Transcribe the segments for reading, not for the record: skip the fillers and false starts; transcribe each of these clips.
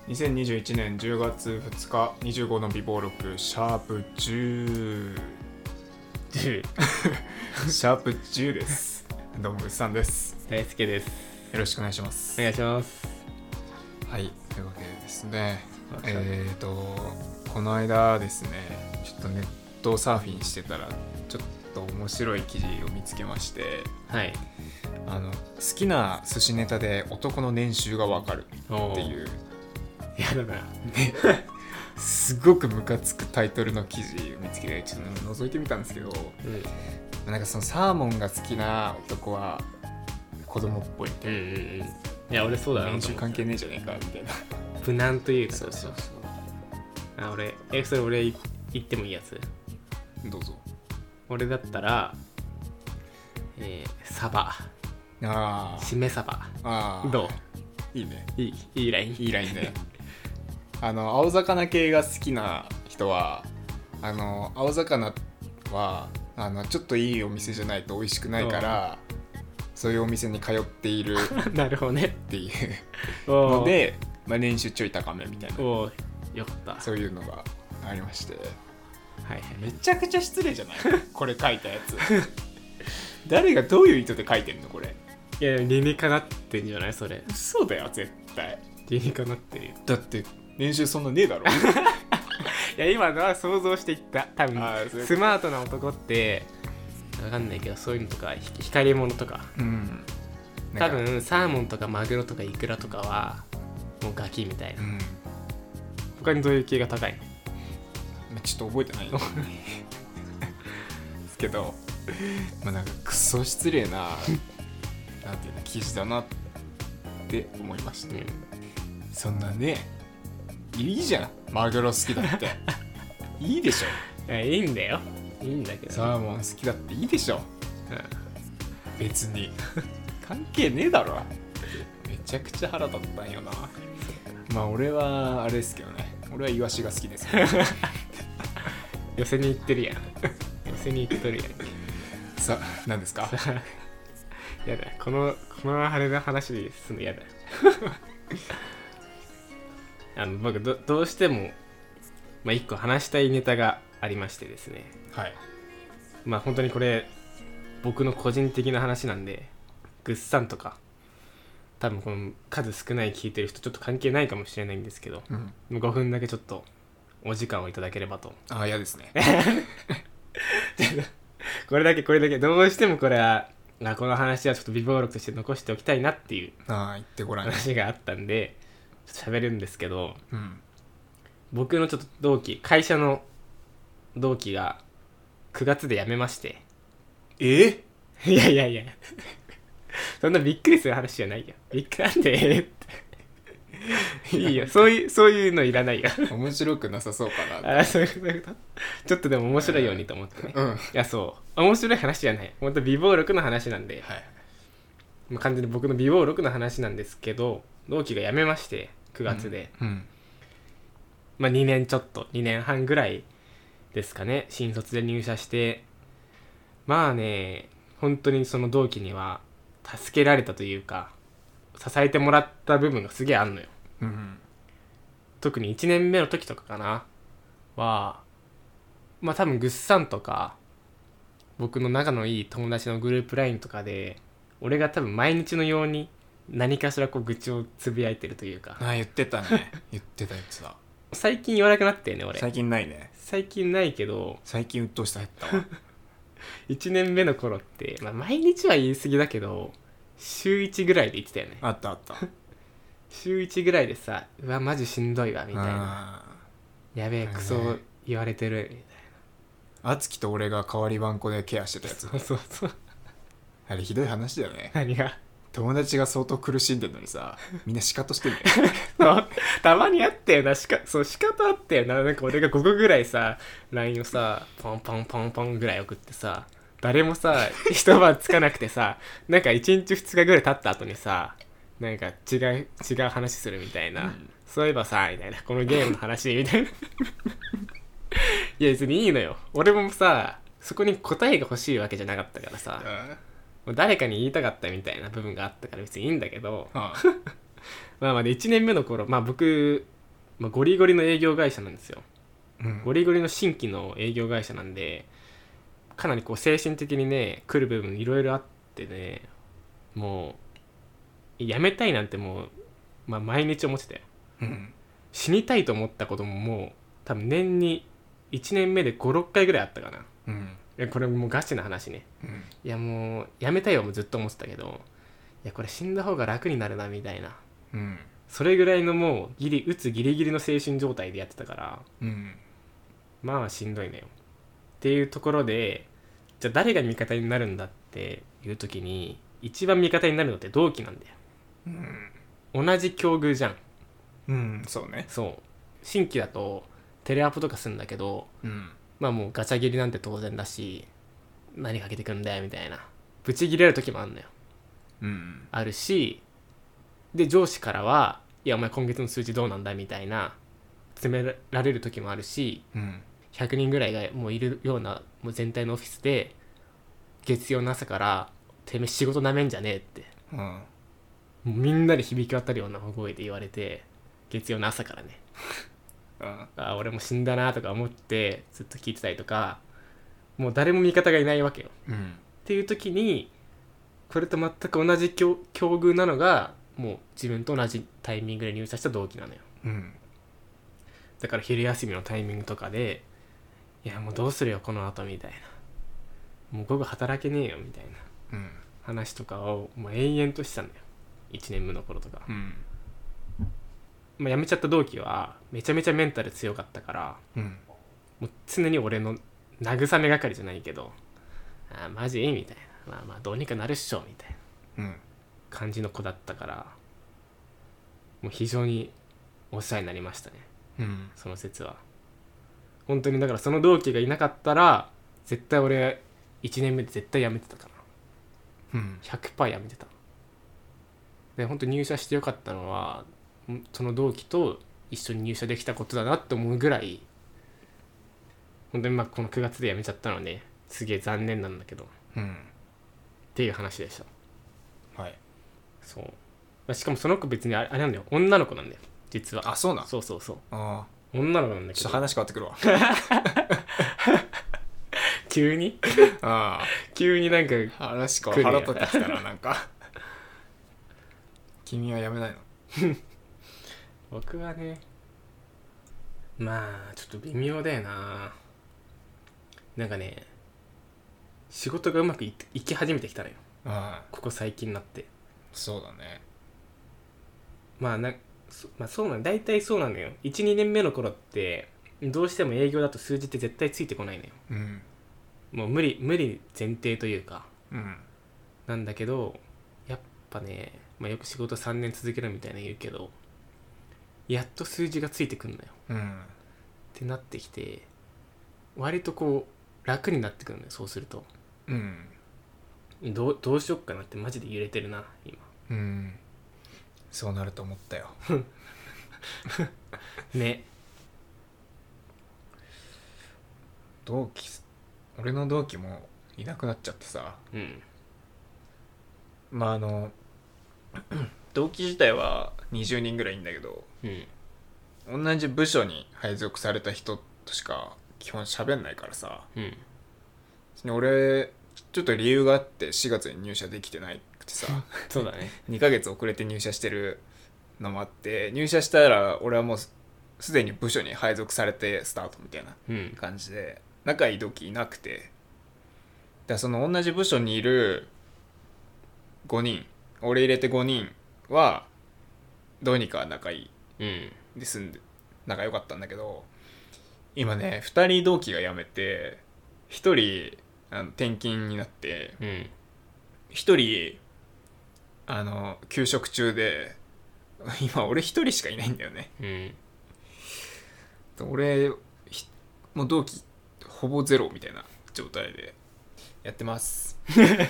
2021年10月2日25の美貌録シャープ10シャープ10です。どうもぐっさんです。 大輔です。 よろしくお願いします。 お願いします。 はい、というわけでですね、この間ですね、ちょっとネットサーフィンしてたらちょっと面白い記事を見つけまして、 はい、 好きな寿司ネタで男の年収がわかるっていう、 いやだからねすごくムカつくタイトルの記事を見つけてちょっと覗いてみたんですけど、なんかそのサーモンが好きな男は子供っぽいみたいな、 いや俺そうだな、 年収関係ねえじゃねえかみたいな、 無難というか、 そうそれ俺言ってもいいやつ？ どうぞ。 俺だったらサバ、しめサバ、どう？ いいね、 いいライン、 いいラインだよ青魚系が好きな人は青魚はちょっといいお店じゃないと美味しくないからそういうお店に通っているなるほどねっていうので、年収ちょい高めみたいな、 よかった、 そういうのがありまして、 はいはい、 めちゃくちゃ失礼じゃないこれ書いたやつ誰がどういう意図で書いてんのこれ。 いや理にかなってんじゃないそれ。 嘘だよ絶対。 理にかなってるよ。 だって年収そんなねえだろいや今のは想像していった。多分スマートな男って分かんないけどそういうのとか光り物とか、多分サーモンとかマグロとかイクラとかはもうガキみたいな、他にどういう系が高いの？ ちょっと覚えてないですけど、なんかクソ失礼ななんていうの記事だなって思いまして、そんなねいいじゃん、マグロ好きだっていいでしょ。 いいんだよ、いいんだけど、 サーモン好きだっていいでしょ、別に関係ねえだろ。めちゃくちゃ腹立ったんよな。俺はあれですけどね、俺はイワシが好きです寄せに行ってるやん寄せに行っとるやんさあ何ですかやだ、このあれの話すんのやだ僕どうしても一個話したいネタがありましてですね。 はい。 本当にこれ僕の個人的な話なんで、ぐっさんとか多分この数少ない聞いてる人ちょっと関係ないかもしれないんですけど、5分だけちょっとお時間をいただければと。 嫌ですねこれだけどうしてもこれはこの話はちょっと微暴録として残しておきたいなっていう言ってごらん話があったんでちょっと喋るんですけど、僕のちょっと会社の同期が9月で辞めまして。いやそんなびっくりする話じゃないよ。びっくりなんでっていいよ、そういうのいらないよ面白くなさそうかなそういうことちょっとでも面白いようにと思ってね、いやそう面白い話じゃない、本当美貌録の話なんで、もう完全に僕の美貌録の話なんですけど、同期が辞めまして9月で、2年ちょっと2年半ぐらいですかね、新卒で入社して。本当にその同期には助けられたというか支えてもらった部分がすげえあんのよ、特に1年目の時とかかなは多分ぐっさんとか僕の仲のいい友達のグループ LINE とかで俺が多分毎日のように何かしら愚痴をつぶやいてるというか。 言ってたね言ってたやつだ。 最近言わなくなったよね俺。 最近ないね。 最近ないけど最近鬱陶しさ減ったわ 1年目の頃って、毎日は言い過ぎだけど週1ぐらいで言ってたよね。 あった週1ぐらいでさ、うわマジしんどいわみたいな、やべえクソ言われてるみたいな。あつきと俺が代わり番号でケアしてたやつ。 そうあれひどい話だよね。 何が？ 友達が相当苦しんでるのにさ、みんなシカトしてんだよそうたまにあったよな、シカトあったよな。なんか俺が5個ぐらいさ LINE をさポンポンポンポンぐらい送ってさ、誰もさ一晩つかなくてさ、なんか1日2日ぐらい経った後にさ、なんか違う話するみたいな、そういえばさみたいな、このゲームの話みたいないや別にいいのよ、俺もさそこに答えが欲しいわけじゃなかったからさ、もう誰かに言いたかったみたいな部分があったから別にいいんだけど、まあ1年目の頃、僕まあ、ゴリゴリの営業会社なんですよ。 うんゴリゴリの新規の営業会社なんで、かなりこう精神的にね来る部分いろいろあってね、もう辞めたいなんてもう、まあ、毎日思ってたよ。 うん死にたいと思ったことももう多分年に1年目で56回ぐらいあったかな。 うんこれもうガチな話ね。 うんいやもう辞めたいよもずっと思ってたけど、いやこれ死んだ方が楽になるなみたいな、 うんそれぐらいのもう打つギリギリの精神状態でやってたから、 うんまあしんどいねよっていうところで、じゃあ誰が味方になるんだっていう時に一番味方になるのって同期なんだよ。同じ境遇じゃん。 うんそうねそう新規だとテレアポとかするんだけど、 うんまあもうガチャ切りなんて当然だし、何かけてくんだよみたいなブチ切れる時もあるのよ。 うんあるし、で上司からはいやお前今月の数字どうなんだみたいな詰められる時もあるし、 うん 100人ぐらいがもういるようなもう全体のオフィスで月曜の朝からてめえ仕事なめんじゃねえってうんもうみんなで響き渡るような声で言われて、月曜の朝からね、あ俺も死んだなとか思ってずっと聞いてたりとか、もう誰も味方がいないわけよ。 うんっていう時にこれと全く同じ境遇なのがもう自分と同じタイミングで入社した同期なのよ。 うんだから昼休みのタイミングとかで、いやもうどうするよこの後みたいな、もう午後働けねえよみたいなうん話とかをもう延々としてたんだよ、1年目の頃とか。 うんまあ、辞めちゃった同期はめちゃめちゃメンタル強かったから、 うんもう常に俺の慰め係じゃないけど、あマジみたいな、まあまあどうにかなるっしょみたいなうん感じの子だったから、もう非常にお世話になりましたね、 うんその説は。本当にだからその同期がいなかったら絶対俺1年目で絶対辞めてたかうん 100% 辞めてた。で本当に入社してよかったのはその同期と一緒に入社できたことだなって思うぐらい、本当にまあこの9月で辞めちゃったのですげえ残念なんだけどっうんていう話でした。 はいそう、まあしかもその子別にあれなんだよ、女の子なんだよ実は。 あそうなんそうそうそうあ女の子なんだちょっとけど、 話変わってくるわ急にあ急になんかあ話か来るやん腹立ってきたななんか君はやめないの僕はね、まあちょっと微妙だよな。なんかね仕事がうまくいき始めてきたのよああここ最近になって。 そうだねまあそうなん大体そうなのよ。 1,2 年目の頃ってどうしても営業だと数字って絶対ついてこないのよ。 うんもう無理前提というかうんなんだけど、やっぱね、まあ、よく仕事3年続けるみたいな言うけど、やっと数字がついてくんのようんってなってきて、割とこう楽になってくるのよ。そうするとうんどうしよっかなってマジで揺れてるな今。 うんそうなると思ったよね。 俺の同期もいなくなっちゃってさ、 うんまあ同期自体は20人ぐらいいんだけど、 うん同じ部署に配属された人としか基本喋んないからさ、 うん俺ちょっと理由があって4月に入社できてなくてさそうだね。 2ヶ月遅れて入社してるのもあって、入社したら俺はもうすでに部署に配属されてスタートみたいなうん感じで仲いい同期いなくて、だその同じ部署にいる5人俺入れて5人はどうにか仲いいうんで済んで仲良かったんだけど、今ね2人同期が辞めて1人転勤になって、 うん 1人休職中で今俺1人しかいないんだよね。 うん俺もう同期ほぼゼロみたいな状態でやってます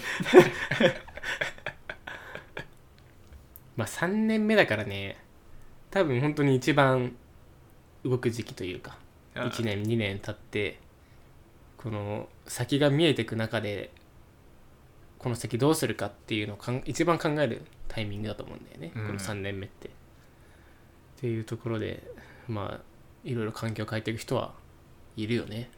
まあ3年目だからね、多分本当に一番動く時期というか、1年2年経ってこの先が見えていく中でこの先どうするかっていうのを一番考えるタイミングだと思うんだよね、 うんこの3年目っていうところで、 まあいろいろ環境を変えていく人はいるよね。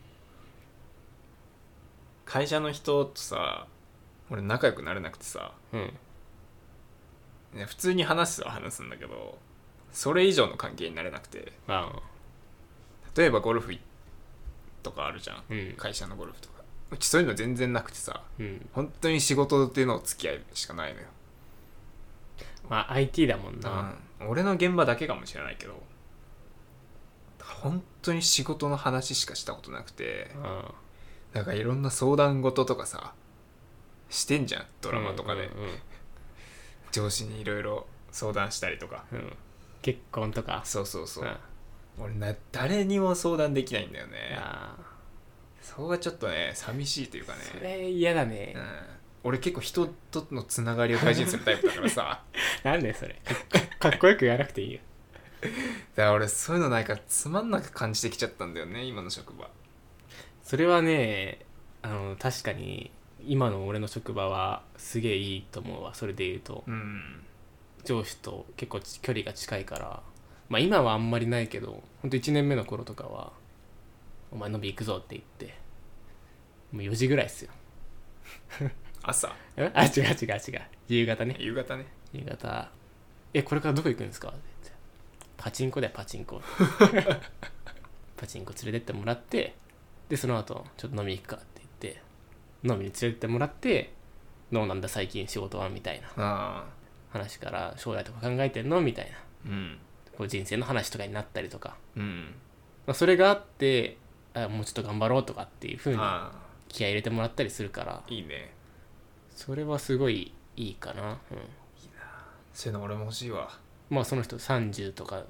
会社の人とさ俺仲良くなれなくてさ、 うんね、普通に話すんだけどそれ以上の関係になれなくて、 あ例えばゴルフとかあるじゃん、 うん会社のゴルフとかうちそういうの全然なくてさうん本当に仕事での付き合いしかないのよ。 まあ IT だもんな。 俺の現場だけかもしれないけど本当に仕事の話しかしたことなくて、 あだからいろんな相談事とかさしてんじゃんドラマとかで、上司にいろいろ相談したりとか、 うん結婚とか。 そうそうそう、 あ俺誰にも相談できないんだよね。 あそこがちょっとね寂しいというかね。 それ嫌だね、 俺結構人とのつながりを大事にするタイプだからさなんでそれかっこよく言わなくていいよ。 だから俺そういうのないからつまんなく感じてきちゃったんだよね今の職場。 それはね確かに今の俺の職場はすげえいいと思うわ。それで言うと上司と結構距離が近いから、まあ今はあんまりないけどほんと1年目の頃とかはお前飲み行くぞって言ってもう4時ぐらいっすよ朝違う夕方ね。 夕方ね。 夕方これからどこ行くんですかって言ってパチンコだよパチンコパチンコ連れてってもらってでその後ちょっと飲みに行くかって言って飲みに連れてってもらってどうなんだ最近仕事はみたいな話から将来とか考えてんのみたいなこう人生の話とかになったりとか、まあ、それがあってもうちょっと頑張ろうとかっていう風に気合い入れてもらったりするからいいね。 それはすごいいいかな。 そういうの俺も欲しいわ。 まあその人30とか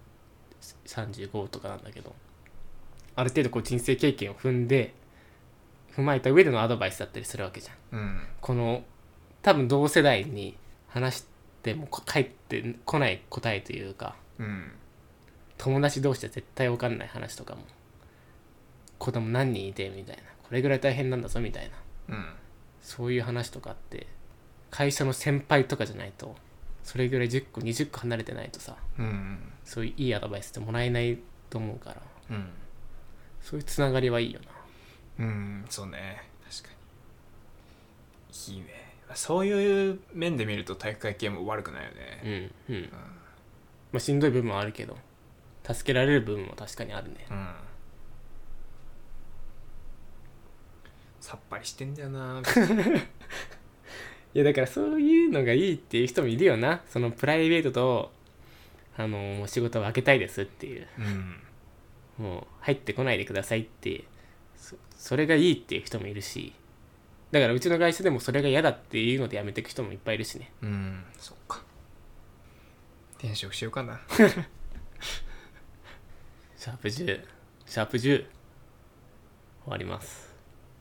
35とかなんだけどある程度こう人生経験を踏まえた上でのアドバイスだったりするわけじゃん、この多分同世代に話しても返ってこない答えというか、友達同士で絶対分かんない話とかも子供何人いてみたいなこれぐらい大変なんだぞみたいな、そういう話とかって会社の先輩とかじゃないとそれぐらい10個20個離れてないとさ、そういういいアドバイスってもらえないと思うから、そういうつながりはいいよな。 そうね確かにいいね。そういう面で見ると体育会系も悪くないよね。 まあしんどい部分はあるけど助けられる部分も確かにあるね。 さっぱりしてんだよな。 いやだからそういうのがいいっていう人もいるよな。そのプライベートともう仕事を分けたいですっていう、もう入ってこないでくださいってそれがいいっていう人もいるし、だからうちの会社でもそれが嫌だっていうので辞めていく人もいっぱいいるしね。 そっか転職しようかなシャープ10終わります。